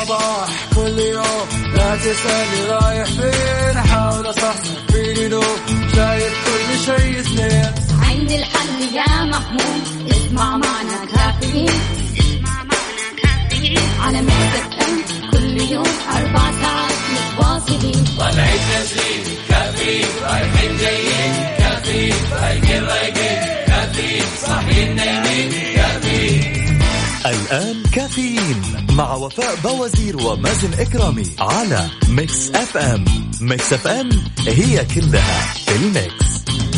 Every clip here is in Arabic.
الصباح كل يوم لا تسألني رايح فين أحاول أصحصح فيني لو شايف كل شيء سنين عندي الحل يا محمود اسمع معنا كافيين على مكتب كل يوم 4 ساعات متواصلين طلعت نازلين كافيين رايحين جايين كافيين رايقين رايقين كافيين صاحيين نايمين كافيين. الآن كافيين مع وفاء بوازير ومازن إكرامي على ميكس اف ام. ميكس اف ام هي كلها في الميكس.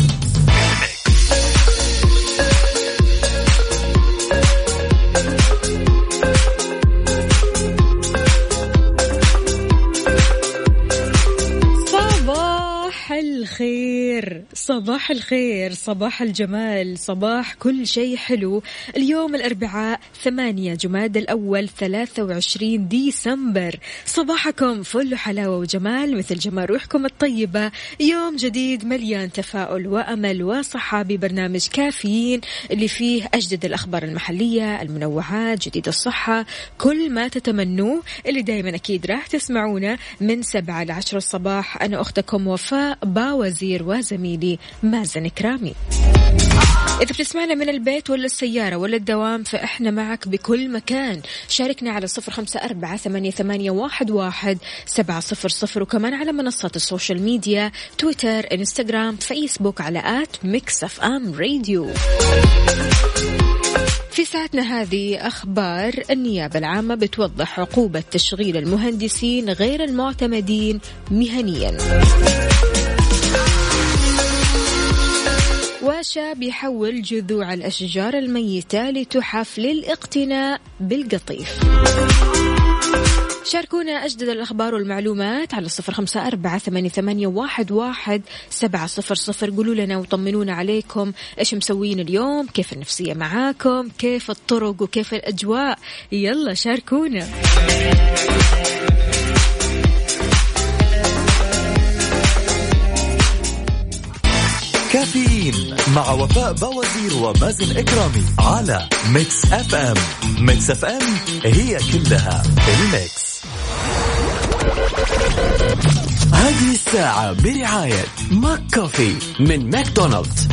صباح الخير، صباح الجمال، صباح كل شيء حلو. اليوم الأربعاء 8 جماد الأول 23 ديسمبر. صباحكم فل حلاوة وجمال مثل جمال روحكم الطيبة. يوم جديد مليان تفاؤل وأمل وصحة ببرنامج كافيين اللي فيه أجدد الأخبار المحلية، المنوعات، جديد الصحة، كل ما تتمنوه اللي دايما أكيد راح تسمعونا من 7 ل 10 الصباح. أنا أختكم وفاء باوزير وزميلي مازن إكرامي. إذا بتسمعنا من البيت ولا السيارة ولا الدوام فإحنا معك بكل مكان. شاركنا على 0548811700 وكمان على منصات السوشيال ميديا تويتر، إنستغرام، فيسبوك على @mixfmradio. في ساعتنا هذه أخبار النيابة العامة بتوضح عقوبة تشغيل المهندسين غير المعتمدين مهنيا. وشاب يحول جذوع الأشجار الميتة لتحف للاقتناء بالقطيف. شاركونا أجدد الأخبار والمعلومات على 0548811700. قولوا لنا وطمنونا عليكم، إيش مسوين اليوم، كيف النفسية معاكم، كيف الطرق وكيف الأجواء. يلا شاركونا. كافيين مع وفاء بوازير ومازن إكرامي على ميكس اف ام. ميكس اف ام هي كلها الميكس. هذه الساعة برعاية ماك كوفي من ماكدونالدز.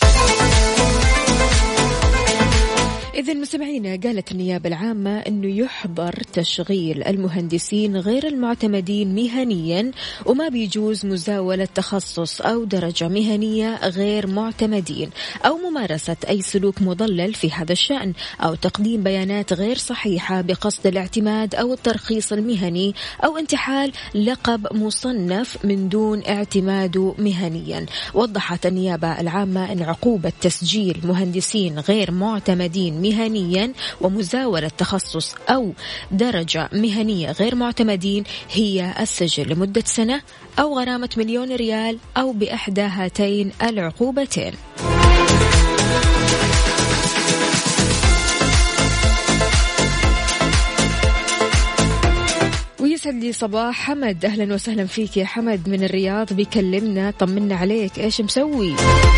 إذن مستمعينا، قالت النيابة العامة أنه يحظر تشغيل المهندسين غير المعتمدين مهنيا، وما بيجوز مزاولة تخصص أو درجة مهنية غير معتمدين، أو ممارسة أي سلوك مضلل في هذا الشأن، أو تقديم بيانات غير صحيحة بقصد الاعتماد أو الترخيص المهني، أو انتحال لقب مصنف من دون اعتماده مهنيا. وضحت النيابة العامة أن عقوبة تسجيل مهندسين غير معتمدين مهنيا ومزاولة تخصص أو درجة مهنية غير معتمدين هي السجن لمدة سنة أو غرامة 1,000,000 ريال أو بإحدى هاتين العقوبتين. ويسعد لي صباح حمد. أهلا وسهلا فيك يا حمد من الرياض، بيكلمنا طمنا عليك، إيش مسوي؟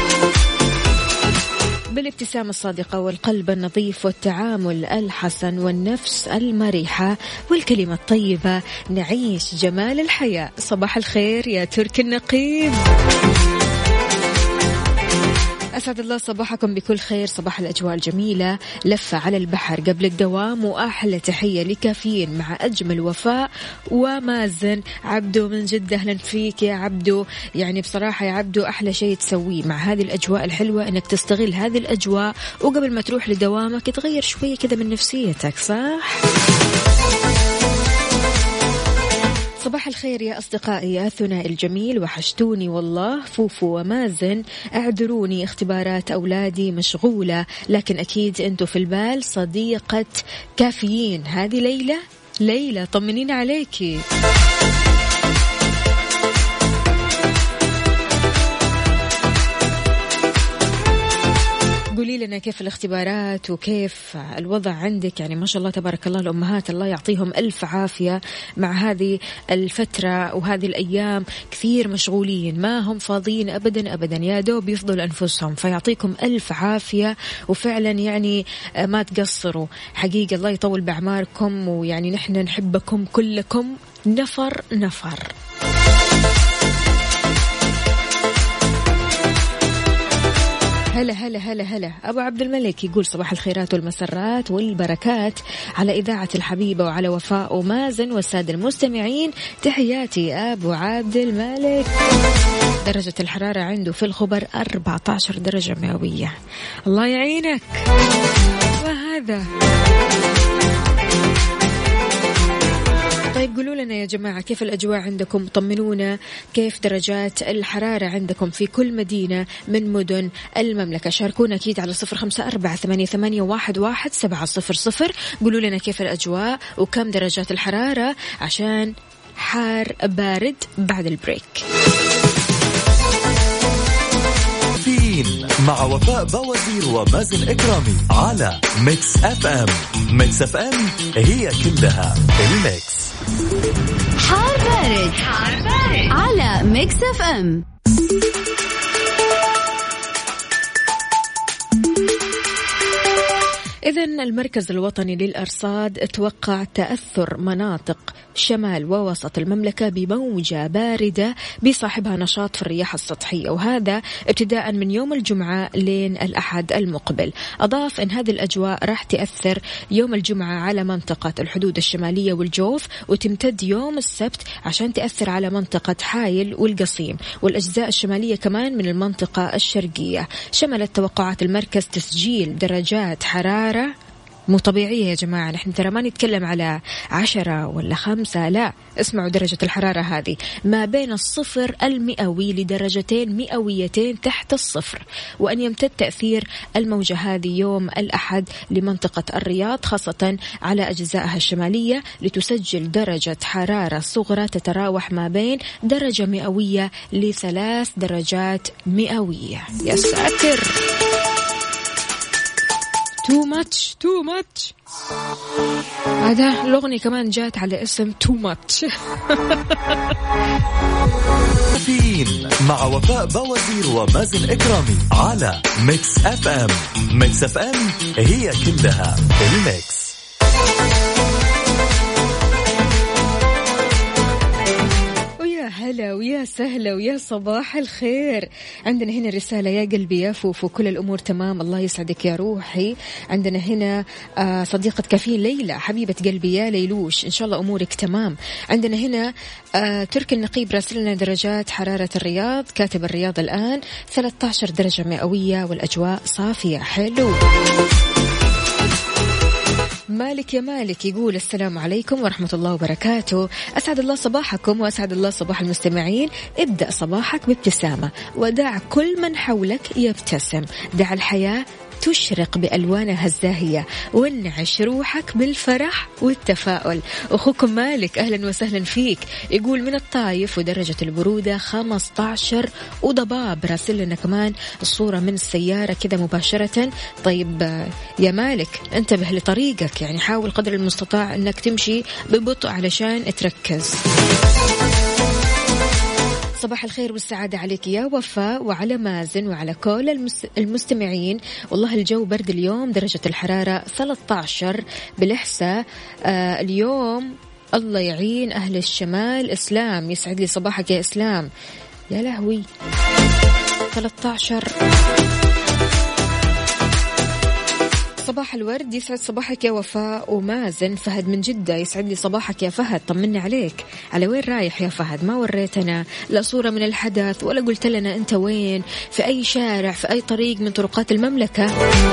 بالابتسامة الصادقة والقلب النظيف والتعامل الحسن والنفس المريحة والكلمة الطيبة نعيش جمال الحياة. صباح الخير يا ترك النقيب، أسعد الله صباحكم بكل خير. صباح الأجواء الجميلة، لفة على البحر قبل الدوام، وأحلى تحية لكافيين مع أجمل وفاء ومازن. عبدو من جدة، أهلا فيك يا عبدو. يعني بصراحة يا عبدو أحلى شيء تسويه مع هذه الأجواء الحلوة أنك تستغل هذه الأجواء، وقبل ما تروح لدوامك تغير شوية كذا من نفسيتك، صح؟ صباح الخير يا أصدقائي يا ثنائي الجميل، وحشتوني والله. فوفو ومازن، اعذروني اختبارات أولادي مشغولة، لكن أكيد أنتوا في البال. صديقة كافيين هذه ليلى طمنين عليكي. قولي لنا كيف الاختبارات وكيف الوضع عندك. يعني ما شاء الله تبارك الله الأمهات الله يعطيهم ألف عافية مع هذه الفترة وهذه الأيام، كثير مشغولين ما هم فاضيين أبدا أبدا، يا دوب يفضل أنفسهم، فيعطيكم ألف عافية. وفعلا يعني ما تقصروا حقيقة، الله يطول بأعماركم، ويعني نحن نحبكم كلكم نفر نفر. هلا هلا هلا هلا. أبو عبد الملك يقول صباح الخيرات والمسرات والبركات على إذاعة الحبيبة وعلى وفاء ومازن والسادة المستمعين، تحياتي أبو عبد الملك. درجة الحرارة عنده في الخبر 14 درجة مئوية، الله يعينك. وهذا طيب قولوا لنا يا جماعة كيف الأجواء عندكم، طمنونا كيف درجات الحرارة عندكم في كل مدينة من مدن المملكة. شاركونا أكيد على 0548811700. قولوا لنا كيف الأجواء وكم درجات الحرارة عشان حار بارد بعد البريك. مع وفاء بوازير ومازن إكرامي على ميكس اف ام. ميكس اف ام هي كلها الميكس. حار بارد على ميكس اف ام. إذن المركز الوطني للأرصاد اتوقع تأثر مناطق شمال ووسط المملكة بموجة باردة بصاحبها نشاط في الرياح السطحية، وهذا ابتداء من يوم الجمعة لين الأحد المقبل. أضاف أن هذه الأجواء راح تأثر يوم الجمعة على منطقة الحدود الشمالية والجوف، وتمتد يوم السبت عشان تأثر على منطقة حايل والقصيم والأجزاء الشمالية كمان من المنطقة الشرقية. شملت توقعات المركز تسجيل درجات حرارة مو طبيعية يا جماعة، نحن ترى ما نتكلم على 10 ولا 5، لا، اسمعوا درجة الحرارة هذه ما بين الصفر المئوي لدرجتين مئويتين تحت الصفر. وأن يمتد تأثير الموجة هذه يوم الأحد لمنطقة الرياض خاصة على أجزائها الشمالية، لتسجل درجة حرارة صغرى تتراوح ما بين درجة مئوية ل3 درجات مئوية. يا ساتر، too much. هذا الأغنية كمان جات على اسم too much. مع وفاء بوازير ومازن إكرامي على ميكس اف ام. ميكس اف ام هي كلها الميكس. هلا ويا سهلا ويا صباح الخير. عندنا هنا رسالة، يا قلبي يا فوفو كل الأمور تمام، الله يسعدك يا روحي. عندنا هنا صديقة كافيين ليلى، حبيبة قلبي يا ليلوش، إن شاء الله أمورك تمام. عندنا هنا ترك النقيب راسلنا درجات حرارة الرياض، كاتب الرياض الآن 13 درجة مئوية والأجواء صافية. حلو. مالك يا مالك يقول السلام عليكم ورحمة الله وبركاته، أسعد الله صباحكم وأسعد الله صباح المستمعين. ابدأ صباحك بابتسامة ودع كل من حولك يبتسم، دع الحياة تشرق بألوانها الزاهية وانعش روحك بالفرح والتفاؤل. أخوكم مالك أهلا وسهلا فيك. يقول من الطايف ودرجة البرودة 15 وضباب. راسل لنا كمان الصورة من السيارة كذا مباشرة. طيب يا مالك انتبه لطريقك، يعني حاول قدر المستطاع أنك تمشي ببطء علشان تركز. صباح الخير والسعادة عليك يا وفاء وعلى مازن وعلى كل المستمعين. والله الجو برد اليوم، درجة الحرارة 13 بالإحساء. اليوم الله يعين أهل الشمال. إسلام يسعد لي صباحك يا إسلام. يا لهوي 13. صباح الورد، يسعد صباحك يا وفاء ومازن. فهد من جدة يسعد لي صباحك يا فهد، طمني عليك، على وين رايح يا فهد؟ ما وريتنا لا صورة من الحدث ولا قلت لنا أنت وين، في أي شارع، في أي طريق من طرقات المملكة.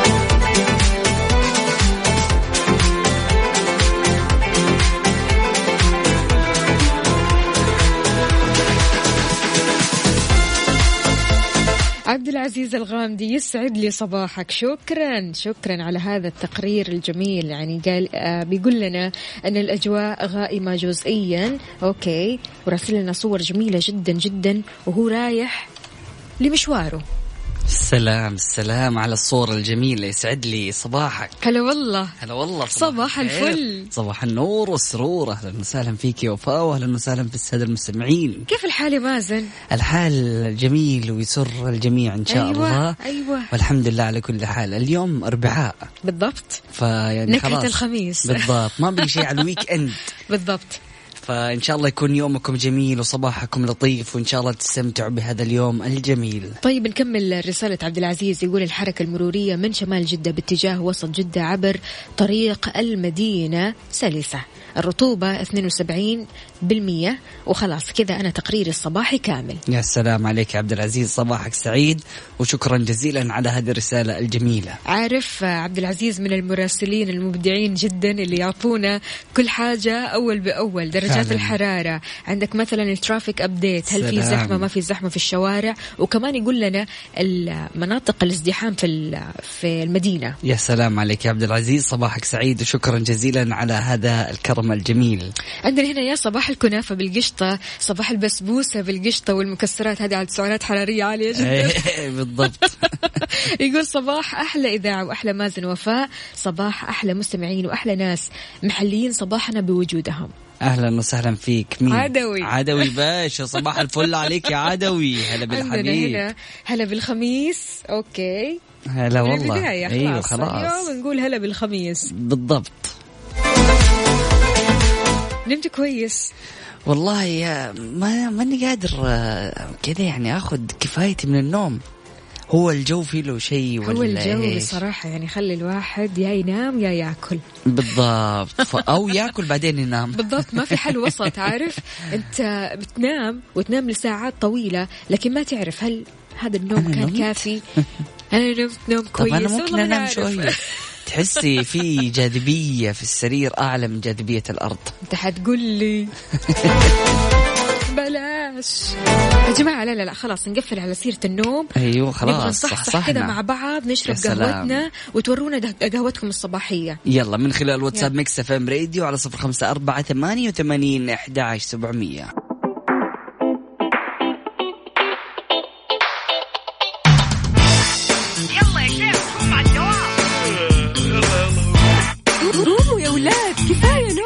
عبد العزيز الغامدي يسعد لي صباحك، شكرا على هذا التقرير الجميل. يعني قال بيقول لنا أن الأجواء غائمة جزئيا، أوكي، وراسل لنا صور جميلة جدا جدا وهو رايح لمشواره. السلام على الصورة الجميلة، يسعد لي صباحك. هلا والله. هلا والله. صباح الفل. صباح النور والسرور. أهلا وسهلا فيك يا وفاء، وأهلا وسهلا في السادة المستمعين. كيف الحال يا مازن؟ الحال جميل ويسر الجميع إن شاء الله. أيوة. والحمد لله على كل حال. اليوم أربعاء بالضبط، فيعني نكهة خلاص الخميس بالضبط، ما بقي شيء على الويك إند. بالضبط. فإن شاء الله يكون يومكم جميل وصباحكم لطيف، وإن شاء الله تستمتعوا بهذا اليوم الجميل. طيب نكمل رسالة عبد العزيز، يقول الحركة المرورية من شمال جدة باتجاه وسط جدة عبر طريق المدينة سلسة، الرطوبة 72%، وخلاص كذا أنا تقريري الصباحي كامل. يا سلام عليك يا عبد العزيز، صباحك سعيد وشكرا جزيلا على هذه الرسالة الجميلة. عارف عبد العزيز من المراسلين المبدعين جدا اللي يعطونا كل حاجة أول بأول، درجات فعلا الحرارة، عندك مثلا الترافيك أبديت، هل في زحمة ما في زحمة في الشوارع، وكمان يقول لنا المناطق الازدحام في المدينة. يا سلام عليك يا عبد العزيز، صباحك سعيد وشكرا جزيلا على هذا الكرم الجميل. عندنا هنا يا صباح الكنافة بالقشطة، صباح البسبوسة بالقشطة والمكسرات، هذه على سعرات حرارية عالية جدا. بالضبط. يقول صباح أحلى إذاعة وأحلى مازن وفاء، صباح أحلى مستمعين وأحلى ناس محليين صباحنا بوجودهم. أهلا وسهلا فيك. مين؟ عدوي باشا، صباح الفل عليك يا عدوي. هلا بالحبيب. هنا هلا بالخميس. أوكي هلا والله. أيوة خلاص اليوم نقول هلا بالخميس. بالضبط. نمت كويس والله يا ماني قادر كذا يعني أخذ كفايتي من النوم. هو الجو فيه له شيء ولا هو الجو إيه؟ بصراحة يعني خلي الواحد يا ينام يا يأكل. بالضبط. أو يأكل بعدين ينام. بالضبط، ما في حل وسط. عارف أنت بتنام وتنام لساعات طويلة لكن ما تعرف هل هذا النوم كان كافي. أنا نمت نوم كويس. طب أنا ممكن أنام شوية. تحسي في جاذبية في السرير أعلى من جاذبية الأرض. أنت حتقول لي بلاش يا جماعة. لا خلاص نقفل على سيرة النوم. أيوه خلاص، نبغى نصحصح كده مع بعض، نشرب قهوتنا وتورونا قهوتكم الصباحية. يلا من خلال واتساب ميكس اف ام راديو على 0548811700. يلا يا شيخ قوم على الدوام. قوموا يا ولاد، كفاية نوم.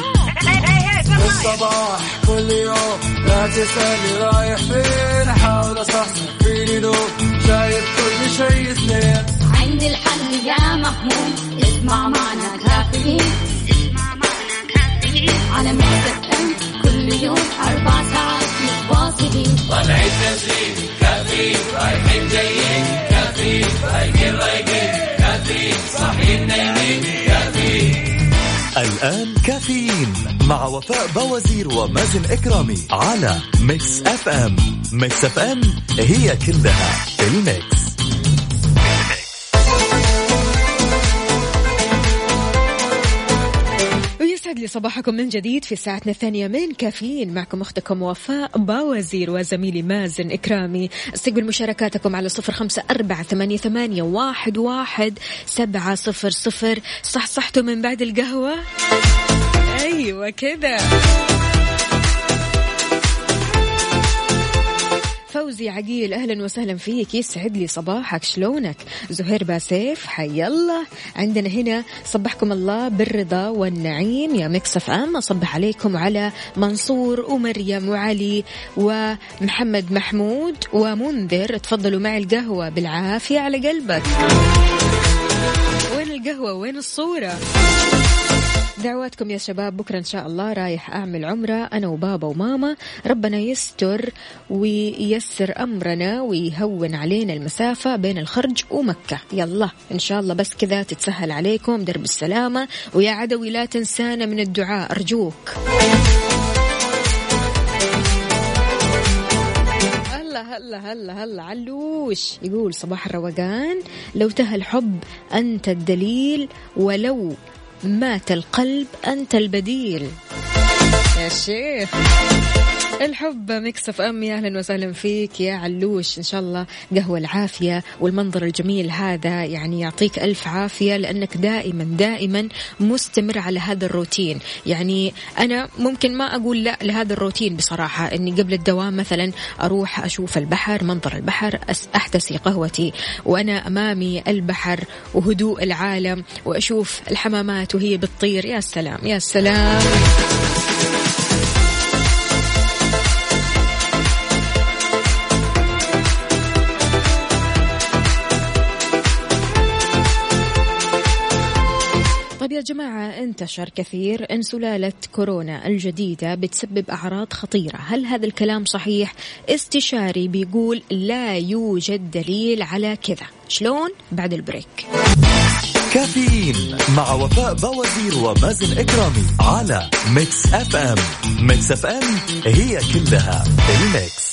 الصباح كل يوم لا تسألني رايح فين، أحاول أصحصح فيني نوم، شايف كل شيء سنين. عندي الحل يا محمود، اسمع معنا كافيين، على ميكس اف ام كل يوم 4 ساعات متواصلين. طلعت تسليم كافيين، رايحين جايين كافيين، رايقين كافيين، صاحيين نايمين كافيين. الآن كافيين مع وفاء بوازير ومازن إكرامي على ميكس اف ام. ميكس اف ام هي كلها الميكس. ويسعد لي صباحكم من جديد في ساعتنا الثانية من كافيين، معكم أختكم وفاء باوزير وزميلي مازن إكرامي. استقبل مشاركاتكم على 0548811700. صحصحتوا من بعد القهوة؟ أيوة كده. فوزي عقيل أهلا وسهلا فيك، يسعد لي صباحك، شلونك؟ زهير باسيف حي الله. عندنا هنا صبحكم الله بالرضا والنعيم يا ميكس اف ام. أصبح عليكم وعلى منصور ومريم وعلي ومحمد محمود ومنذر. تفضلوا معي القهوة بالعافية على قلبك. وين القهوة وين الصورة؟ دعواتكم يا شباب. بكرة إن شاء الله رايح أعمل عمرة أنا وبابا وماما، ربنا يستر وييسر أمرنا ويهون علينا المسافة بين الخرج ومكة. يلا إن شاء الله بس كذا تتسهل عليكم درب السلامة. ويا عدوي لا تنسانا من الدعاء أرجوك. هلا علوش يقول صباح الروقان، لو تهى الحب أنت الدليل، ولو مات القلب أنت البديل. يا شيخ الحب ميكس اف ام، يا اهلا وسهلا فيك يا علوش. ان شاء الله قهوة العافية والمنظر الجميل هذا يعني يعطيك الف عافية، لانك دائما مستمر على هذا الروتين. يعني انا ممكن ما اقول لا لهذا الروتين بصراحة، اني قبل الدوام مثلا اروح اشوف البحر، منظر البحر، احتسي قهوتي وانا امامي البحر وهدوء العالم، واشوف الحمامات وهي بتطير. يا سلام يا سلام. يا جماعة، انتشر كثير أن سلالة كورونا الجديدة بتسبب أعراض خطيرة. هل هذا الكلام صحيح؟ استشاري بيقول لا يوجد دليل على كذا. شلون؟ بعد البريك. كافيين مع وفاء بوازير ومازن إكرامي على ميكس اف ام. ميكس اف ام هي كلها الميكس.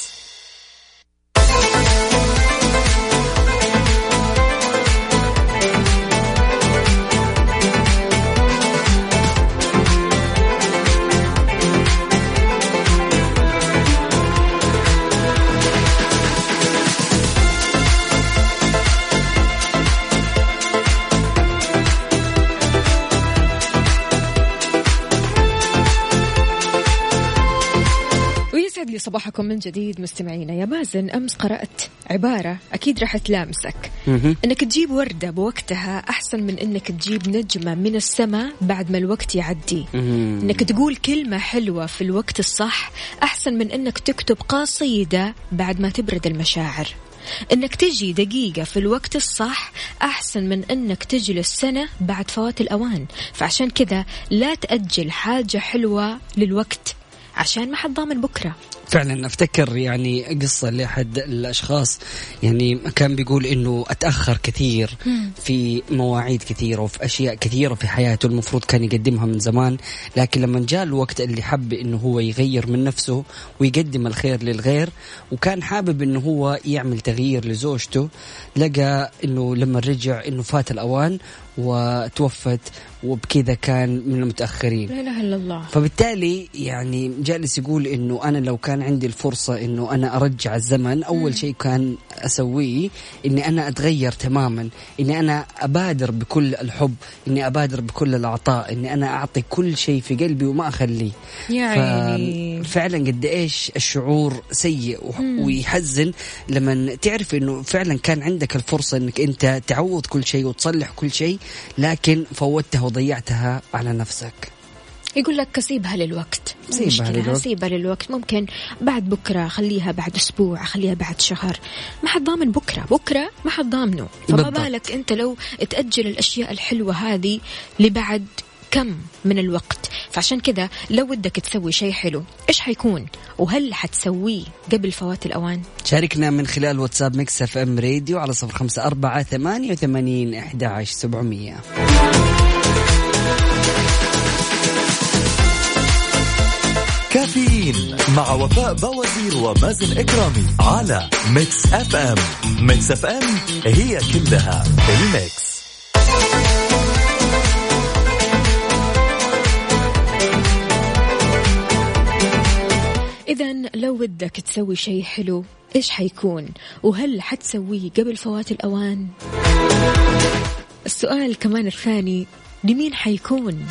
صباحكم من جديد مستمعينا. يا مازن، أمس قرأت عبارة أكيد راح تلامسك، إنك تجيب وردة بوقتها أحسن من إنك تجيب نجمة من السماء بعد ما الوقت يعدي. إنك تقول كلمة حلوة في الوقت الصح أحسن من إنك تكتب قصيدة بعد ما تبرد المشاعر. إنك تجي دقيقة في الوقت الصح أحسن من إنك تجلس سنة بعد فوات الأوان. فعشان كذا لا تأجل حاجة حلوة للوقت، عشان ما حد ضامن بكرة. فعلا أفتكر يعني قصة لأحد الأشخاص يعني كان بيقول إنه أتأخر كثير في مواعيد كثيرة وفي أشياء كثيرة في حياته المفروض كان يقدمها من زمان، لكن لما جاء الوقت اللي حب إنه هو يغير من نفسه ويقدم الخير للغير، وكان حابب إنه هو يعمل تغيير لزوجته، لقى إنه لما رجع إنه فات الأوان وتوفت، وبكذا كان من المتأخرين. لا إله إلا الله. فبالتالي يعني جالس يقول إنه أنا لو كان عندي الفرصة إنه أنا أرجع الزمن، أول شيء كان أسويه إني أنا أتغير تماما، إني أنا أبادر بكل الحب، إني أبادر بكل العطاء، إني أنا أعطي كل شيء في قلبي وما أخليه. يعني فعلا قد إيش الشعور سيء ويحزن لما تعرف إنه فعلا كان عندك الفرصة إنك أنت تعوض كل شيء وتصلح كل شيء، لكن فوتها وضيعتها على نفسك. يقول لك سيبها للوقت، سيبها للوقت، ممكن بعد بكرة، خليها بعد أسبوع، خليها بعد شهر. ما حد ضامن بكرة ما حد ضامنه. فما بالك أنت لو تأجل الأشياء الحلوة هذه لبعد كم من الوقت. فعشان كذا لو بدك تسوي شيء حلو، إيش حيكون وهل حتسويه قبل فوات الأوان؟ شاركنا من خلال واتساب ميكس اف ام راديو على 0548811700. كافيين مع وفاء بوازير ومازن إكرامي على ميكس اف ام. ميكس اف ام هي كلها الميكس. إذن لو بدك تسوي شيء حلو، إيش حيكون وهل حتسويه قبل فوات الأوان؟ السؤال كمان الثاني، لمين حيكون؟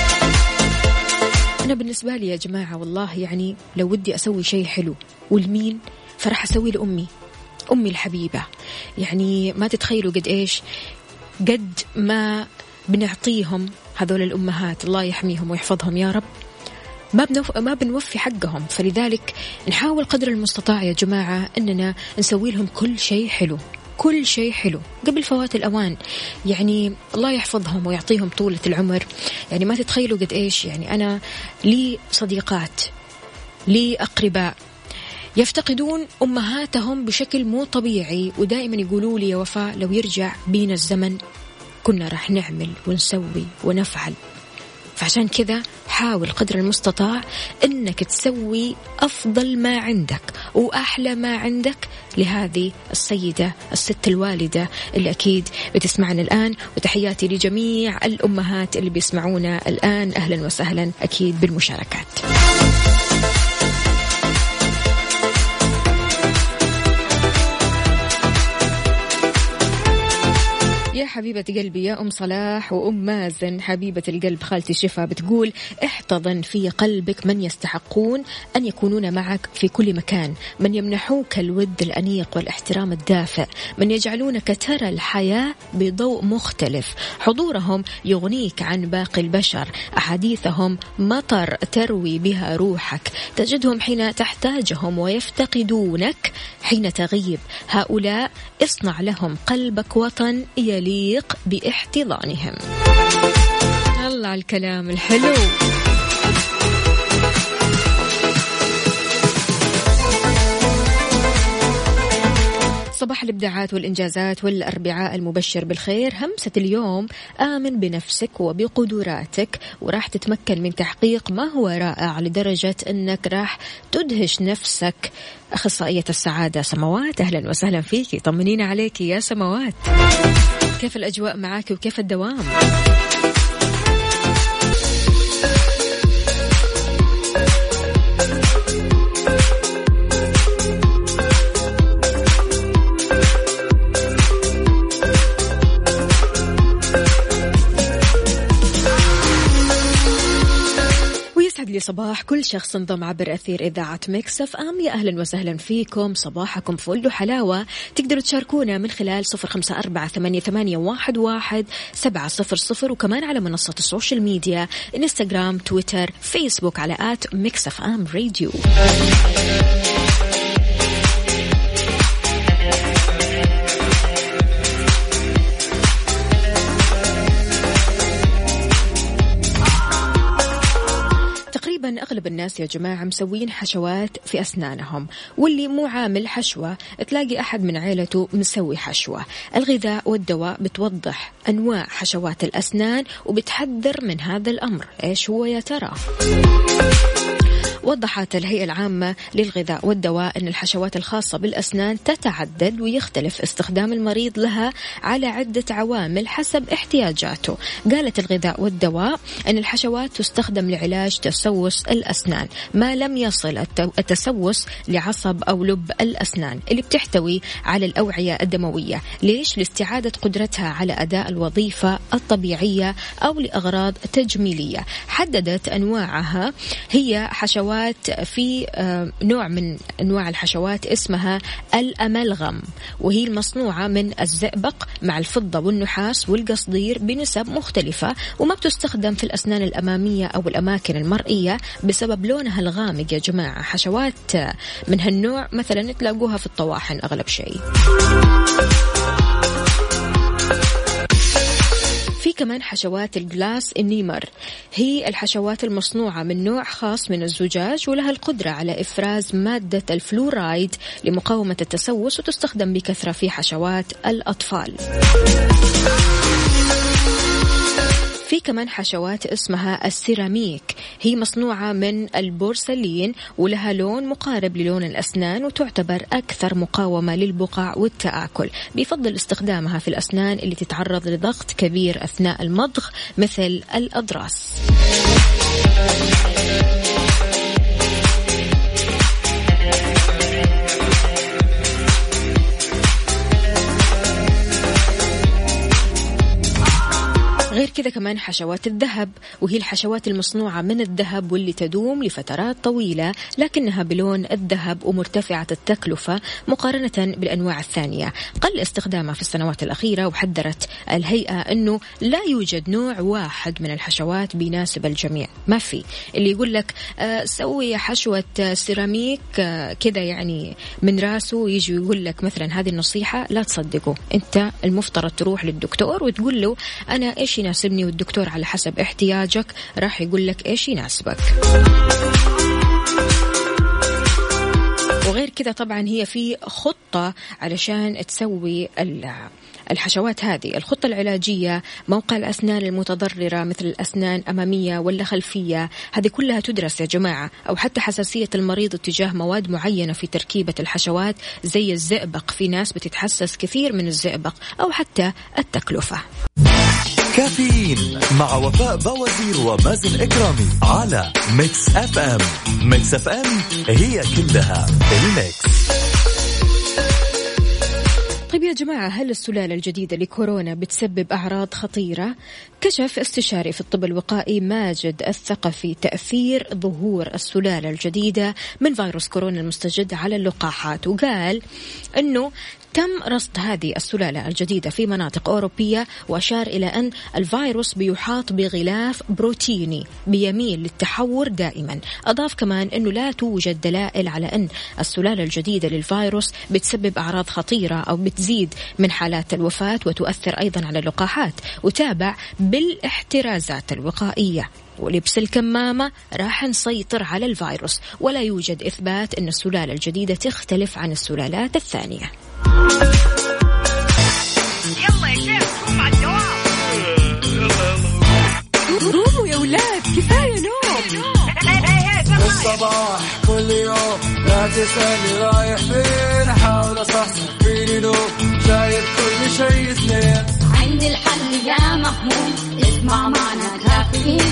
أنا بالنسبة لي يا جماعة والله يعني لو ودي أسوي شيء حلو والمين، فرح أسوي لأمي الحبيبة. يعني ما تتخيلوا قد إيش، قد ما بنعطيهم هذول الأمهات، الله يحميهم ويحفظهم يا رب، ما بنوفي حقهم. فلذلك نحاول قدر المستطاع يا جماعة أننا نسوي لهم كل شيء حلو قبل فوات الأوان. يعني الله يحفظهم ويعطيهم طولة العمر. يعني ما تتخيلوا قد إيش، يعني أنا لي صديقات، لي أقرباء يفتقدون أمهاتهم بشكل مو طبيعي، ودائما يقولوا لي يا وفاء لو يرجع بينا الزمن كنا راح نعمل ونسوي ونفعل. فعشان كذا حاول قدر المستطاع أنك تسوي أفضل ما عندك وأحلى ما عندك لهذه السيدة الست الوالدة اللي أكيد بتسمعنا الآن. وتحياتي لجميع الأمهات اللي بيسمعونا الآن، أهلا وسهلا أكيد بالمشاركات. حبيبة قلبي يا أم صلاح وأم مازن حبيبة القلب خالتي شفا بتقول احتضن في قلبك من يستحقون أن يكونون معك في كل مكان، من يمنحوك الود الأنيق والاحترام الدافئ، من يجعلونك ترى الحياة بضوء مختلف. حضورهم يغنيك عن باقي البشر، أحاديثهم مطر تروي بها روحك، تجدهم حين تحتاجهم ويفتقدونك حين تغيب. هؤلاء اصنع لهم قلبك وطن يليق باحتضانهم. الله على الكلام الحلو. صباح الإبداعات والإنجازات والأربعاء المبشر بالخير. همسة اليوم: آمن بنفسك وبقدراتك وراح تتمكن من تحقيق ما هو رائع لدرجة أنك راح تدهش نفسك. أخصائية السعادة سماوات، أهلا وسهلا فيكي، طمنينا عليكي يا سماوات، كيف الأجواء معاك وكيف الدوام؟ لي صباح كل شخص انضم عبر أثير إذاعة ميكس اف ام. يا أهلا وسهلا فيكم، صباحكم فل وحلاوة. تقدروا تشاركونا من خلال 0548811700 وكمان على منصة السوشيال ميديا إنستغرام تويتر فيسبوك على @mixfmradio. أغلب الناس يا جماعة مسوين حشوات في أسنانهم، واللي مو عامل حشوة تلاقي أحد من عائلته مسوي حشوة. الغذاء والدواء بتوضح أنواع حشوات الأسنان وبتحذر من هذا الأمر. إيش هو يا ترى؟ وضحت الهيئة العامة للغذاء والدواء أن الحشوات الخاصة بالأسنان تتعدد ويختلف استخدام المريض لها على عدة عوامل حسب احتياجاته. قالت الغذاء والدواء أن الحشوات تستخدم لعلاج تسوس الأسنان ما لم يصل التسوس لعصب أو لب الأسنان اللي بتحتوي على الأوعية الدموية. ليش؟ لاستعادة قدرتها على أداء الوظيفة الطبيعية أو لأغراض تجميلية. حددت أنواعها هي حشوات في نوع من أنواع الحشوات اسمها الأملغم، وهي المصنوعة من الزئبق مع الفضة والنحاس والقصدير بنسب مختلفة، وما بتستخدم في الأسنان الأمامية أو الأماكن المرئية بسبب لونها الغامق. يا جماعة حشوات من هالنوع مثلا تلاقوها في الطواحن أغلب شيء. في كمان حشوات الجلاس النيمر، هي الحشوات المصنوعة من نوع خاص من الزجاج ولها القدرة على إفراز مادة الفلورايد لمقاومة التسوس، وتستخدم بكثرة في حشوات الأطفال. في كمان حشوات اسمها السيراميك، هي مصنوعة من البورسلين ولها لون مقارب للون الأسنان وتعتبر أكثر مقاومة للبقع والتآكل. بيفضل استخدامها في الأسنان اللي تتعرض لضغط كبير أثناء المضغ مثل الأضراس. غير كذا كمان حشوات الذهب، وهي الحشوات المصنوعة من الذهب واللي تدوم لفترات طويلة لكنها بلون الذهب ومرتفعة التكلفة مقارنة بالأنواع الثانية. قل استخدامها في السنوات الأخيرة، وحذرت الهيئة أنه لا يوجد نوع واحد من الحشوات بيناسب الجميع. ما في اللي يقول لك سوي حشوة سيراميك كذا يعني من راسه ويجي يقول لك مثلا هذه النصيحة، لا تصدقه. أنت المفترض تروح للدكتور وتقول له أنا إيش يناسبني، والدكتور على حسب احتياجك راح يقول لك إيش يناسبك. وغير كذا طبعا هي في خطة علشان تسوي الحشوات هذه. الخطة العلاجية، موقع الأسنان المتضررة مثل الأسنان أمامية ولا خلفية، هذه كلها تدرس يا جماعة، أو حتى حساسية المريض اتجاه مواد معينة في تركيبة الحشوات زي الزئبق، في ناس بتتحسس كثير من الزئبق، أو حتى التكلفة. كافيين مع وفاء بوازير ومازن إكرامي على ميكس اف ام. ميكس اف ام هي كلها الميكس. طيب يا جماعة، هل السلالة الجديدة لكورونا بتسبب أعراض خطيرة؟ كشف استشاري في الطب الوقائي ماجد الثقفي تأثير ظهور السلالة الجديدة من فيروس كورونا المستجد على اللقاحات، وقال أنه تم رصد هذه السلالة الجديدة في مناطق أوروبية، وأشار إلى أن الفيروس بيحاط بغلاف بروتيني بيميل للتحور دائما. أضاف كمان أنه لا توجد دلائل على أن السلالة الجديدة للفيروس بتسبب أعراض خطيرة أو بتزيد من حالات الوفاة وتؤثر أيضا على اللقاحات. وتابع بالاحترازات الوقائية ولبس الكمامة راح نسيطر على الفيروس، ولا يوجد إثبات أن السلالة الجديدة تختلف عن السلالات الثانية. يلا يا شيخ قوم على الدوام. قوموا يا ولاد كفاية نوم. الصباح كل يوم لا تسألني رايح فين، أحاول أصحصح فيني لو شايف كل شيء اثنين. عندي الحل يا محمود، اسمع معنا كافيين.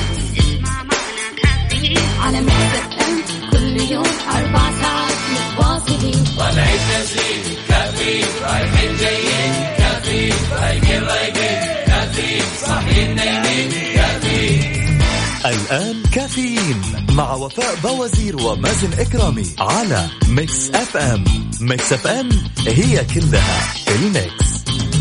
على مكتب كل يوم 4 ساعات متواصلين. طلعت تسليم كافيين، رايحين جايين كافيين، رايقين رايقين كافيين، صاحيين نايمين كافيين. الآن كافيين مع وفاء بوازير ومازن إكرامي على ميكس اف ام. ميكس اف ام هي كلها الميكس.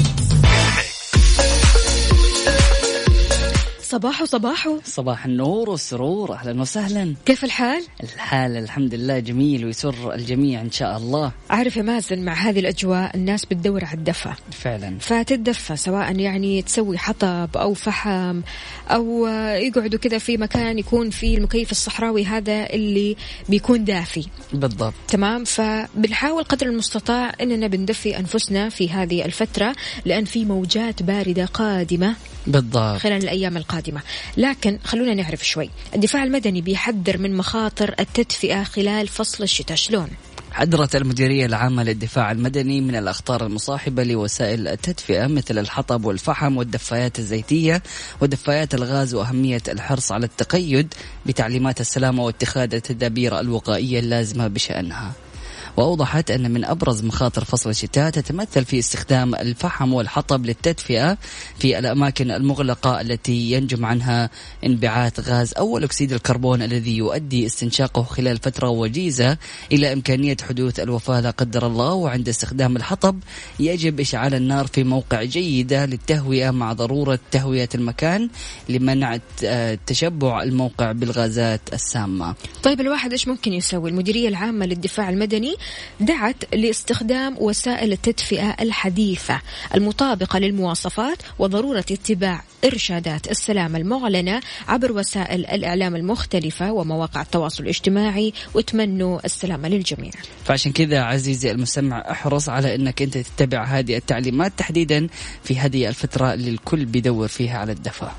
صباح النور والسرور، أهلا وسهلا. كيف الحال؟ الحال الحمد لله جميل ويسر الجميع إن شاء الله. عارف يا مازن، مع هذه الأجواء الناس بتدور على الدفا فعلا، فتتدفى، سواء يعني تسوي حطب أو فحم أو يقعدوا كذا في مكان يكون فيه المكيف الصحراوي هذا اللي بيكون دافي. بالضبط، تمام. فبنحاول قدر المستطاع أننا بندفي أنفسنا في هذه الفترة، لأن في موجات باردة قادمة بالضبط خلال الأيام القادمة. لكن خلونا نعرف شوي، الدفاع المدني بيحذر من مخاطر التدفئة خلال فصل الشتاء. شلون؟ حذرت المديرية العامة للدفاع المدني من الأخطار المصاحبة لوسائل التدفئة مثل الحطب والفحم والدفايات الزيتية ودفايات الغاز، وأهمية الحرص على التقيد بتعليمات السلامة واتخاذ التدابير الوقائية اللازمة بشأنها. وأوضحت أن من أبرز مخاطر فصل الشتاء تتمثل في استخدام الفحم والحطب للتدفئة في الأماكن المغلقة التي ينجم عنها انبعاث غاز أو أكسيد الكربون الذي يؤدي استنشاقه خلال فترة وجيزة إلى إمكانية حدوث الوفاة لا قدر الله. وعند استخدام الحطب يجب إشعال النار في موقع جيدة للتهوية مع ضرورة تهوية المكان لمنع تشبع الموقع بالغازات السامة. طيب الواحد إيش ممكن يسوي؟ المديرية العامة للدفاع المدني دعت لاستخدام وسائل التدفئة الحديثة المطابقة للمواصفات وضرورة اتباع إرشادات السلامة المعلنة عبر وسائل الإعلام المختلفة ومواقع التواصل الاجتماعي، وتمنوا السلامة للجميع. فعشان كذا عزيزي المستمع احرص على أنك أنت تتبع هذه التعليمات تحديدا في هذه الفترة اللي الكل بيدور فيها على الدفا.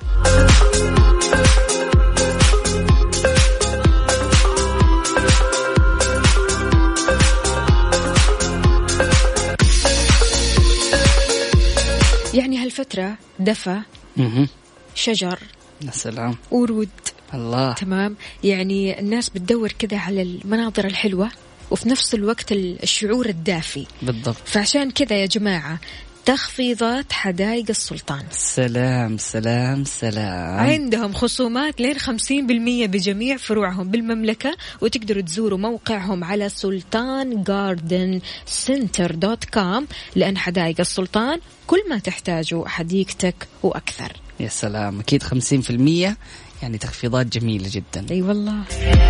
يعني هالفترة دفا شجر، السلام، ورود، الله، تمام. يعني الناس بتدور كذا على المناظر الحلوة وفي نفس الوقت الشعور الدافي. بالضبط. فعشان كذا يا جماعة تخفيضات حدائق السلطان، سلام سلام سلام، عندهم خصومات لين 50% بجميع فروعهم بالمملكة، وتقدروا تزوروا موقعهم على sultangardencenter.com، لأن حدائق السلطان كل ما تحتاجه حديقتك وأكثر. يا سلام، أكيد 50% يعني تخفيضات جميلة جدا. أي والله.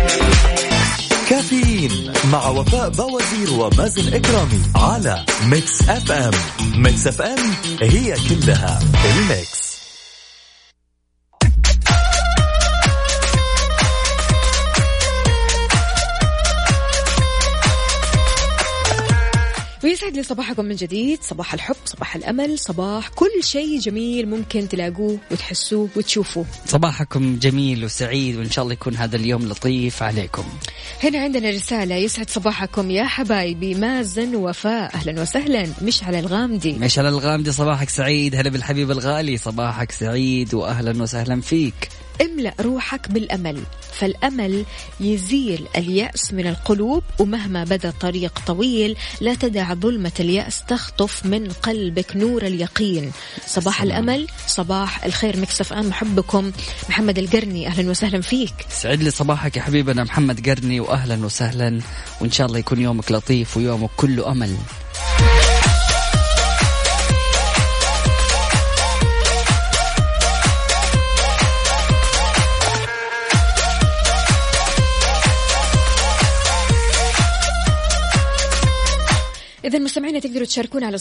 كافيين مع وفاء بوازير ومازن إكرامي على ميكس اف ام. ميكس اف ام هي كلها الميكس. ويسعد لي صباحكم من جديد، صباح الحب، صباح الأمل، صباح كل شيء جميل ممكن تلاقوه وتحسوه وتشوفوه. صباحكم جميل وسعيد، وإن شاء الله يكون هذا اليوم لطيف عليكم. هنا عندنا رسالة: يسعد صباحكم يا حبايبي مازن وفاء، أهلا وسهلا. مشعل الغامدي، صباحك سعيد، هلا بالحبيب الغالي، صباحك سعيد وأهلا وسهلا فيك. املأ روحك بالأمل، فالأمل يزيل اليأس من القلوب، ومهما بدا الطريق طويل لا تدع ظلمة اليأس تخطف من قلبك نور اليقين. صباح الأمل، صباح الخير. ميكس اف ام، محبكم محمد القرني، أهلا وسهلا فيك. سعد لي صباحك يا حبيبنا محمد قرني، وأهلا وسهلا، وإن شاء الله يكون يومك لطيف ويومك كله أمل. إذا مستمعينا تقدروا تشاركونا على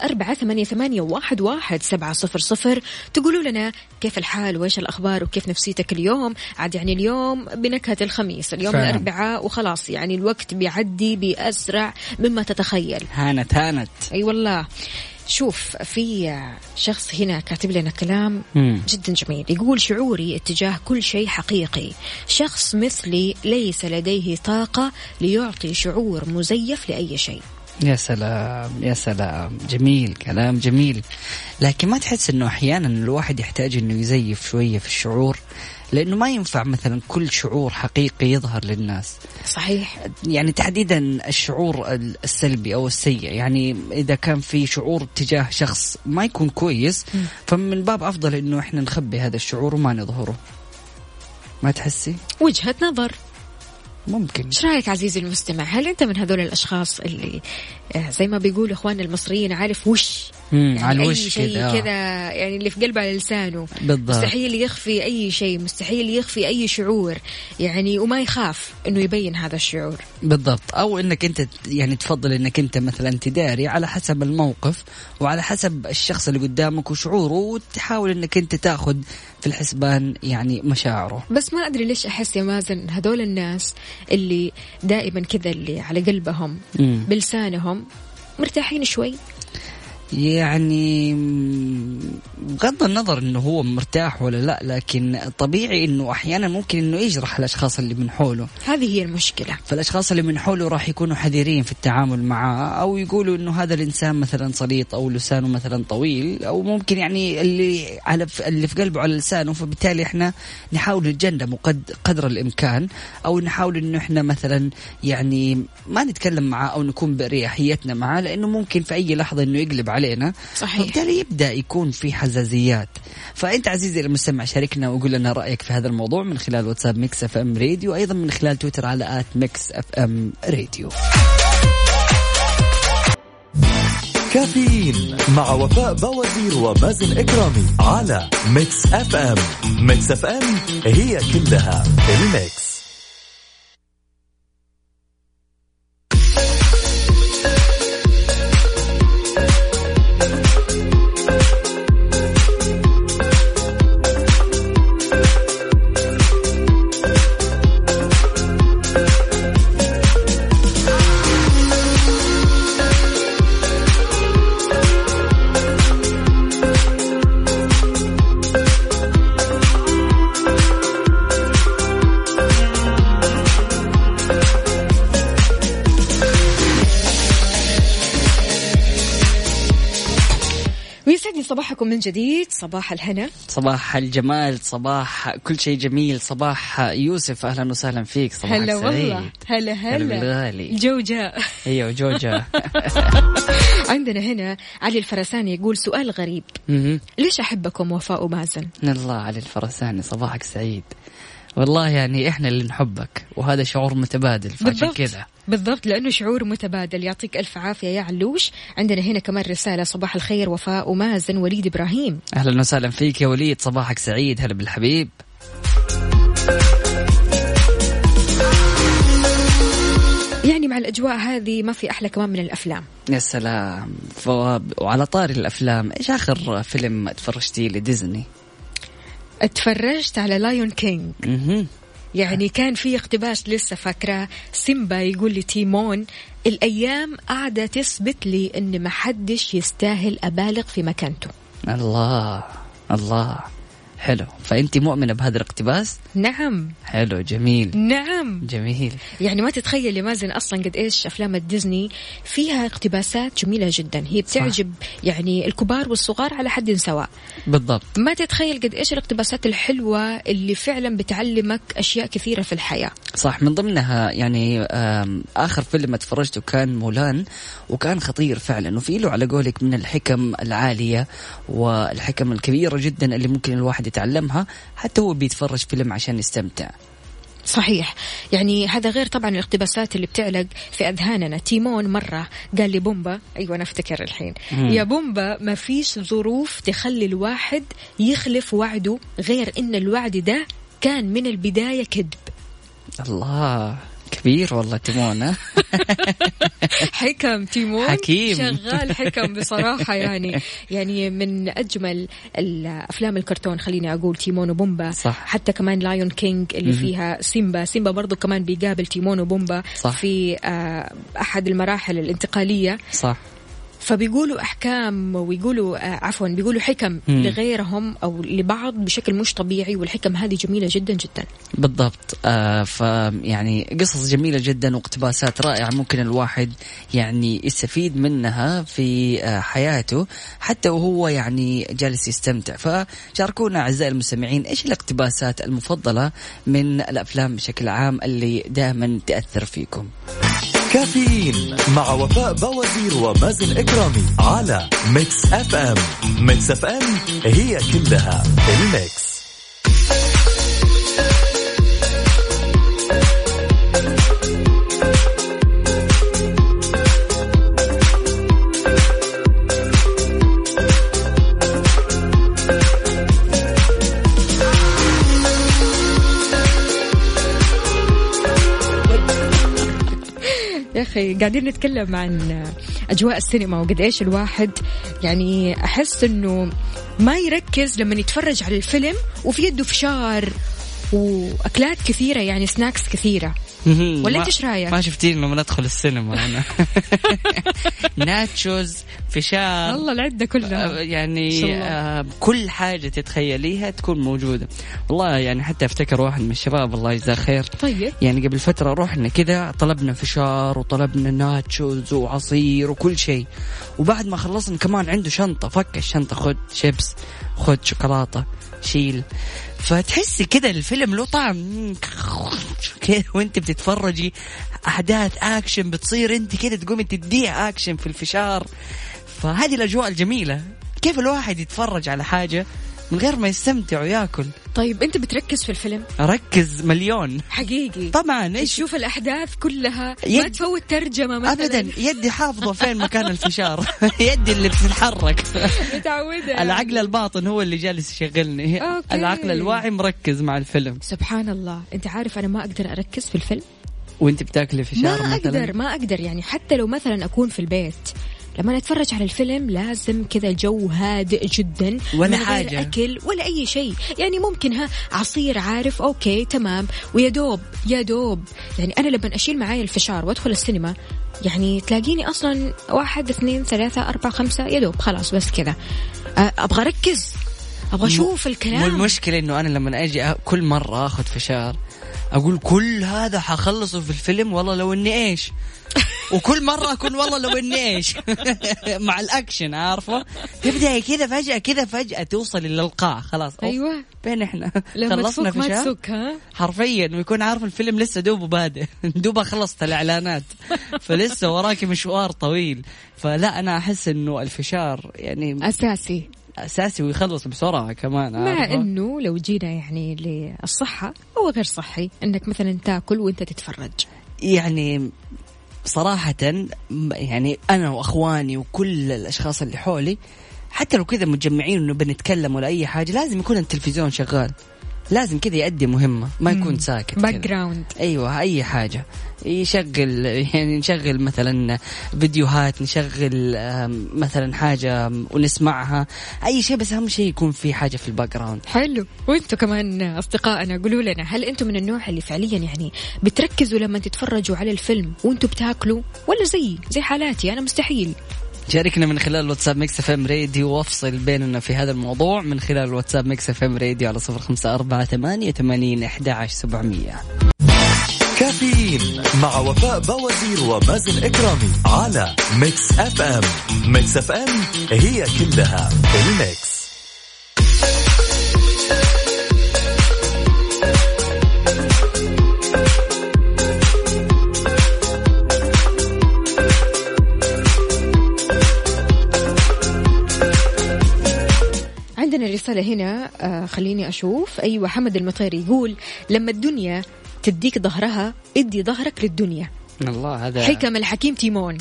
0548811700، تقولوا لنا كيف الحال وإيش الأخبار وكيف نفسيتك اليوم. عاد يعني اليوم بنكهة الخميس، اليوم الأربعاء وخلاص، يعني الوقت بيعدي بأسرع مما تتخيل. هانت أي والله. شوف، في شخص هنا كاتب لنا كلام جدا جميل، يقول شعوري اتجاه كل شيء حقيقي، شخص مثلي ليس لديه طاقة ليعطي شعور مزيف لأي شيء. يا سلام يا سلام، جميل، كلام جميل. لكن ما تحس انه احيانا الواحد يحتاج انه يزيف شوية في الشعور، لانه ما ينفع مثلا كل شعور حقيقي يظهر للناس. صحيح. يعني تحديدا الشعور السلبي او السيء، يعني اذا كان في شعور تجاه شخص ما يكون كويس، فمن الباب افضل انه احنا نخبي هذا الشعور وما نظهره. ما تحسي؟ وجهة نظر. ممكن. ايش رايك عزيزي المستمع؟ هل انت من هذول الاشخاص اللي زي ما بيقولوا اخواننا المصريين عارف وش يعني على اي وش شيء كذا، يعني اللي في قلبه على لسانه. بالضبط. مستحيل يخفي اي شيء، مستحيل يخفي اي شعور، يعني وما يخاف انه يبين هذا الشعور. بالضبط. او انك انت يعني تفضل انك انت مثلا تداري على حسب الموقف وعلى حسب الشخص اللي قدامك وشعوره، وتحاول انك انت تاخذ في الحسبان يعني مشاعره. بس ما ادري ليش احس يا مازن هذول الناس اللي دائما كذا اللي على قلبهم بلسانهم مرتاحين شوي. يعني بغض النظر انه هو مرتاح ولا لا، لكن طبيعي انه احيانا ممكن انه يجرح الاشخاص اللي من حوله. هذه هي المشكلة. فالاشخاص اللي من حوله راح يكونوا حذرين في التعامل معه، او يقولوا انه هذا الانسان مثلا صليط او لسانه مثلا طويل، او ممكن يعني اللي في قلبه على لسانه، فبالتالي احنا نحاول نتجنبه قدر الامكان، او نحاول انه احنا مثلا يعني ما نتكلم معه او نكون باريحيتنا معه، لانه ممكن في اي لحظة انه يقلب علينا. صحيح. وبالتالي يبدأ يكون في حزازيات. فأنت عزيزي المستمع شاركنا وقول لنا رأيك في هذا الموضوع من خلال واتساب ميكس اف ام راديو، أيضا من خلال تويتر على @mixfmradio. كافيين مع وفاء بوازير ومازن إكرامي على ميكس اف ام. ميكس اف ام هي كلها الميكس. صباحكم من جديد، صباح الهنا، صباح الجمال، صباح كل شيء جميل، صباح يوسف، أهلا وسهلا فيك. صباح هلا سعيد. والله، هلا بالغالي. جوجا. ايوه جوجا. عندنا هنا علي الفرساني يقول سؤال غريب، ليش أحبكم وفاء ومازن؟ الله علي الفرساني، صباحك سعيد. والله يعني إحنا اللي نحبك، وهذا شعور متبادل، فعشان كذا. بالضبط، لأنه شعور متبادل. يعطيك ألف عافية يا علوش. عندنا هنا كمان رسالة، صباح الخير وفاء ومازن، وليد إبراهيم. أهلا وسهلا فيك يا وليد، صباحك سعيد، هلا بالحبيب. يعني مع الأجواء هذه ما في أحلى كمان من الأفلام. يا سلام. وعلى طاري الأفلام، إيش آخر فيلم تفرجتي لديزني؟ اتفرجت على لايون كينج. يعني كان في اقتباس لسه فاكرة، سيمبا يقول لي تيمون الأيام قاعدة تثبت لي إن ما حدش يستاهل أبالغ في مكانته. الله الله، حلو. فأنت مؤمنة بهذا الاقتباس؟ نعم. حلو جميل. نعم جميل. يعني ما تتخيل يا مازن أصلا قد إيش أفلام ديزني فيها اقتباسات جميلة جدا، هي بتعجب صح. يعني الكبار والصغار على حد سواء. بالضبط. ما تتخيل قد إيش الاقتباسات الحلوة اللي فعلا بتعلمك أشياء كثيرة في الحياة. صح. من ضمنها يعني آخر فيلم اتفرجته كان مولان، وكان خطير فعلا، وفي له على قولك من الحكم العالية والحكم الكبيرة جدا اللي ممكن الواحد يتعلمها حتى هو بيتفرج فيلم عشان يستمتع. صحيح. يعني هذا غير طبعا الاقتباسات اللي بتعلق في أذهاننا. تيمون مرة قال لي بومبا، أيوة أنا أفتكر الحين، يا بومبا ما فيش ظروف تخلي الواحد يخلف وعده غير إن الوعد ده كان من البداية كذب. الله كبير والله تيمون. حكم تيمون حكيم شغال حكم بصراحة. يعني من أجمل الأفلام الكرتون خليني أقول تيمون وبومبا. صح. حتى كمان لايون كينج اللي فيها سيمبا برضو كمان بيقابل تيمون وبومبا. صح. في أحد المراحل الانتقالية. صح. فبيقولوا أحكام ويقولوا عفوا بيقولوا حكم لغيرهم أو لبعض بشكل مش طبيعي، والحكم هذه جميلة جدا جدا. بالضبط. فيعني قصص جميلة جدا واقتباسات رائعة ممكن الواحد يعني يستفيد منها في حياته حتى وهو يعني جالس يستمتع. فشاركونا أعزائي المستمعين إيش الاقتباسات المفضلة من الأفلام بشكل عام اللي دائما تأثر فيكم. كافيين مع وفاء بوازير ومازن إكرامي على ميكس اف ام. ميكس اف ام هي كلها الميكس. يا أخي قاعدين نتكلم عن أجواء السينما وقد إيش الواحد يعني أحس إنه ما يركز لما يتفرج على الفيلم وفي يده فشار وأكلات كثيرة، يعني سناكس كثيرة. ولا انت ايش رايك؟ ما شفتين لما ندخل السينما انا. ناتشوز، فشار، والله العده كلها يعني كل حاجه تتخيليها تكون موجوده. والله يعني حتى افتكر واحد من الشباب الله يجزاه خير، طيب يعني قبل فتره رحنا كذا طلبنا فشار وطلبنا ناتشوز وعصير وكل شيء، وبعد ما خلصنا كمان عنده شنطه، فك الشنطه خد شيبس خد شوكولاته شيل. فتحسي كده الفيلم له طعم كده وانت بتتفرجي أحداث أكشن بتصير انت كده تقومي تديها أكشن في الفشار. فهذه الأجواء الجميلة. كيف الواحد يتفرج على حاجة من غير ما يستمتع ويأكل؟ طيب أنت بتركز في الفيلم؟ أركز مليون حقيقي طبعا. إيش تشوف الأحداث كلها ما تفوت ترجمة مثلا؟ أبدا، يدي حافظة فين مكان الفشار. يدي اللي بتتحرك متعودة. العقل الباطن هو اللي جالس يشغلني. العقل الواعي مركز مع الفيلم. سبحان الله. أنت عارف أنا ما أقدر أركز في الفيلم وأنت بتاكلي فشار ما أقدر يعني حتى لو مثلا أكون في البيت لما نتفرج على الفيلم لازم كذا جو هادئ جدا، ولا من حاجة غير أكل ولا أي شيء. يعني ممكن عصير عارف أوكي تمام ويا دوب يعني أنا لما أشيل معايا الفشار وأدخل السينما يعني تلاقيني أصلا 1 2 3 4 5 يا دوب خلاص بس كذا. أبغى أركز، أبغى أشوف الكلام. والمشكلة إنه أنا لما أجي كل مرة أخذ فشار أقول كل هذا حخلصه في الفيلم والله لو إني إيش، وكل مرة أكون والله لو إني إيش. مع الأكشن عارفة تبدأ كذا فجأة توصل إلى القاع خلاص. أيوة بين إحنا خلصنا فشار حرفيا ويكون عارف الفيلم لسه دوبه بادئ، دوبه خلصت الإعلانات فلسه وراكي مشوار طويل. فلا أنا أحس إنه الفشار يعني أساسي ويخلص بسرعة كمان، مع إنه لو جينا يعني للصحة هو غير صحي إنك مثلا تاكل وإنت تتفرج. يعني صراحة يعني أنا وأخواني وكل الأشخاص اللي حولي حتى لو كذا متجمعين إنه بنتكلم ولا أي حاجة لازم يكون التلفزيون شغال، لازم كذا يؤدي مهمة ما يكون ساكت باك جراوند. أيوة أي حاجة يشغل، يعني نشغل مثلا فيديوهات، نشغل مثلا حاجة ونسمعها أي شيء، بس أهم شيء يكون في حاجة في الباك جراوند. حلو. وانتم كمان أصدقائنا قولوا لنا هل أنتم من النوع اللي فعليا يعني بتركزوا لما تتفرجوا على الفيلم وانتم بتاكلوا، ولا زي حالاتي أنا مستحيل شاركنا من خلال الواتساب ميكس اف ام راديو وافصل بيننا في هذا الموضوع من خلال الواتساب ميكس اف ام راديو على 0548811700. كافيين مع وفاء بوازير ومازن إكرامي على ميكس اف ام. ميكس اف ام هي كلها الميكس. عندنا رسالة هنا خليني أشوف. أيوة، حمد المطيري يقول لما الدنيا تديك ظهرها ادي ظهرك للدنيا. الله، هذا حكم الحكيم تيمون.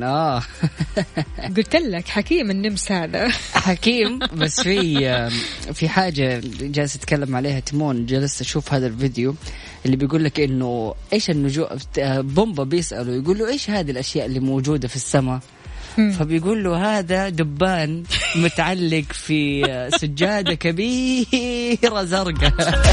قلت لك حكيم النمس هذا حكيم. بس في حاجة جالس أتكلم عليها تيمون. جلست أشوف هذا الفيديو اللي بيقول لك إنه إيش النجوم. بومبا بيسأله يقول له إيش هذه الأشياء اللي موجودة في السماء، فبيقول له هذا دبان متعلق في سجادة كبيرة زرقاء.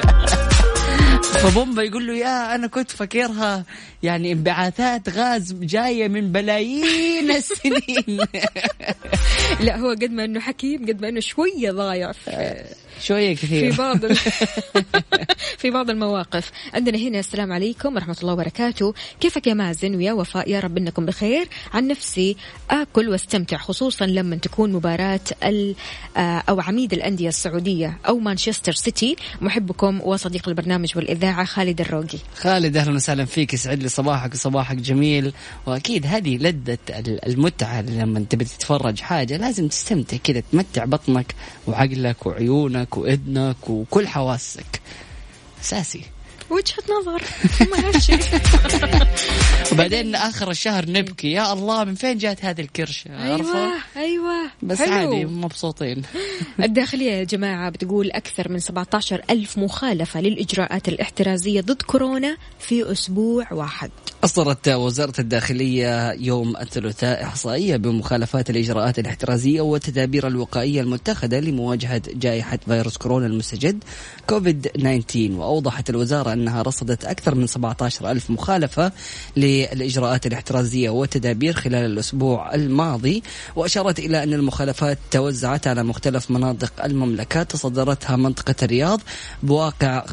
فبومبا يقول له يا أنا كنت فكرها يعني انبعاثات غاز جاية من بلايين السنين. لا، هو قد ما أنه حكيم قد ما أنه شوية ضايع شوية كثير في بعض المواقف. عندنا هنا السلام عليكم ورحمة الله وبركاته، كيفك يا مازن ويا وفاء؟ يا رب إنكم بخير. عن نفسي أكل واستمتع خصوصا لما تكون مباراة أو عميد الأندية السعودية أو مانشستر سيتي. محبكم وصديق البرنامج والإذاعة خالد الروقي. خالد أهلا وسهلا فيك، يسعد لي صباحك وصباحك جميل. وأكيد هذه لذة المتعة لما تبي تتفرج حاجة لازم تستمتع كذا، تمتع بطنك وعقلك وعيونك وإذنك وكل حواسك. أساسي وجهة نظر ماشي. وبعدين آخر الشهر نبكي يا الله من فين جات هذه الكرشة. أيوة بس حلو. عادي مبسوطين. الداخلية يا جماعة بتقول أكثر من 17,000 مخالفة للإجراءات الاحترازية ضد كورونا في أسبوع واحد. أصدرت وزارة الداخلية يوم الثلاثاء إحصائية بمخالفات الإجراءات الاحترازية والتدابير الوقائية المتخذة لمواجهة جائحة فيروس كورونا المستجد كوفيد-19. وأوضحت الوزارة أنها رصدت أكثر من 17,000 مخالفة للإجراءات الاحترازية والتدابير خلال الأسبوع الماضي. وأشارت إلى أن المخالفات توزعت على مختلف مناطق المملكة، تصدرتها منطقة الرياض بواقع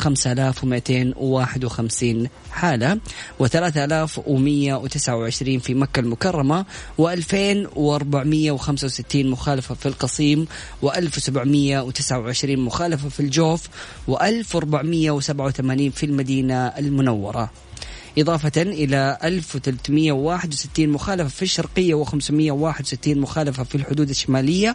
5251 حالة، و3129 في مكة المكرمة، و2465 مخالفة في القصيم، و1729 مخالفة في الجوف، و1487 في المدينة المنورة، إضافة إلى 1361 مخالفة في الشرقية، و561 مخالفة في الحدود الشمالية،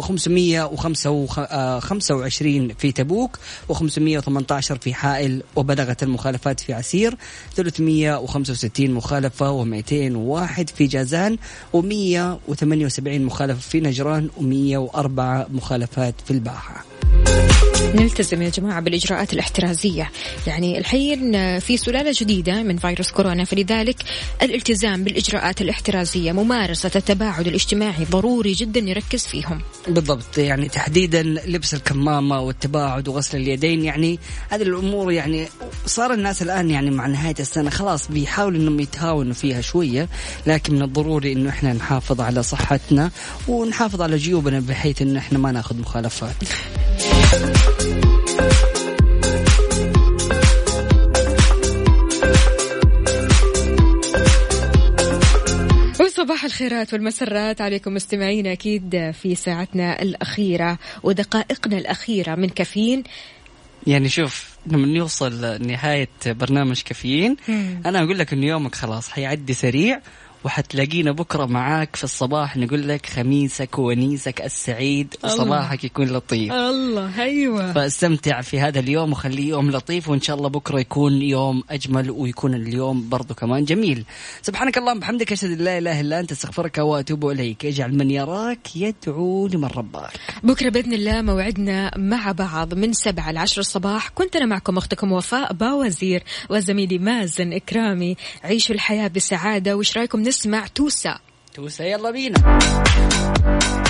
و525 في تبوك، و518 في حائل. وبلغت المخالفات في عسير 365 مخالفة، و201 في جازان، و178 مخالفة في نجران، و104 مخالفات في الباحة. نلتزم يا جماعة بالإجراءات الاحترازية. يعني الحين في سلالة جديدة من فيروس كورونا، فلذلك الالتزام بالإجراءات الاحترازية، ممارسة التباعد الاجتماعي ضروري جدا نركز فيهم. بالضبط، يعني تحديدا لبس الكمامة والتباعد وغسل اليدين. يعني هذه الأمور يعني صار الناس الآن يعني مع نهاية السنة خلاص بيحاولوا إنهم يتهاونوا فيها شوية، لكن من الضروري إنه إحنا نحافظ على صحتنا ونحافظ على جيوبنا بحيث إنه إحنا ما نأخذ مخالفات. صباح الخيرات والمسرات عليكم مستمعينا، أكيد في ساعتنا الأخيرة ودقائقنا الأخيرة من كافيين. يعني شوف لما نوصل نهاية برنامج كافيين أنا أقول لك إن يومك خلاص حيعدي سريع، وحتلاقينا بكرة معاك في الصباح نقول لك خميسك ونيسك السعيد وصباحك يكون لطيف. الله أيوة، فاستمتع في هذا اليوم وخليه يوم لطيف، وإن شاء الله بكرة يكون يوم أجمل ويكون اليوم برضو كمان جميل. سبحانك اللهم بحمدك، أشهد أن لا إله إلا أنت، استغفرك وأتوب إليك. اجعل من يراك يدعو لمن رباك. بكرة بإذن الله موعدنا مع بعض من 7 ل 10 الصباح. كنت أنا معكم أختكم وفاء باوزير وزميلي مازن إكرامي. عيشوا الحياة بسعادة. وش رأيكم نسمع توسة؟ يلا بينا.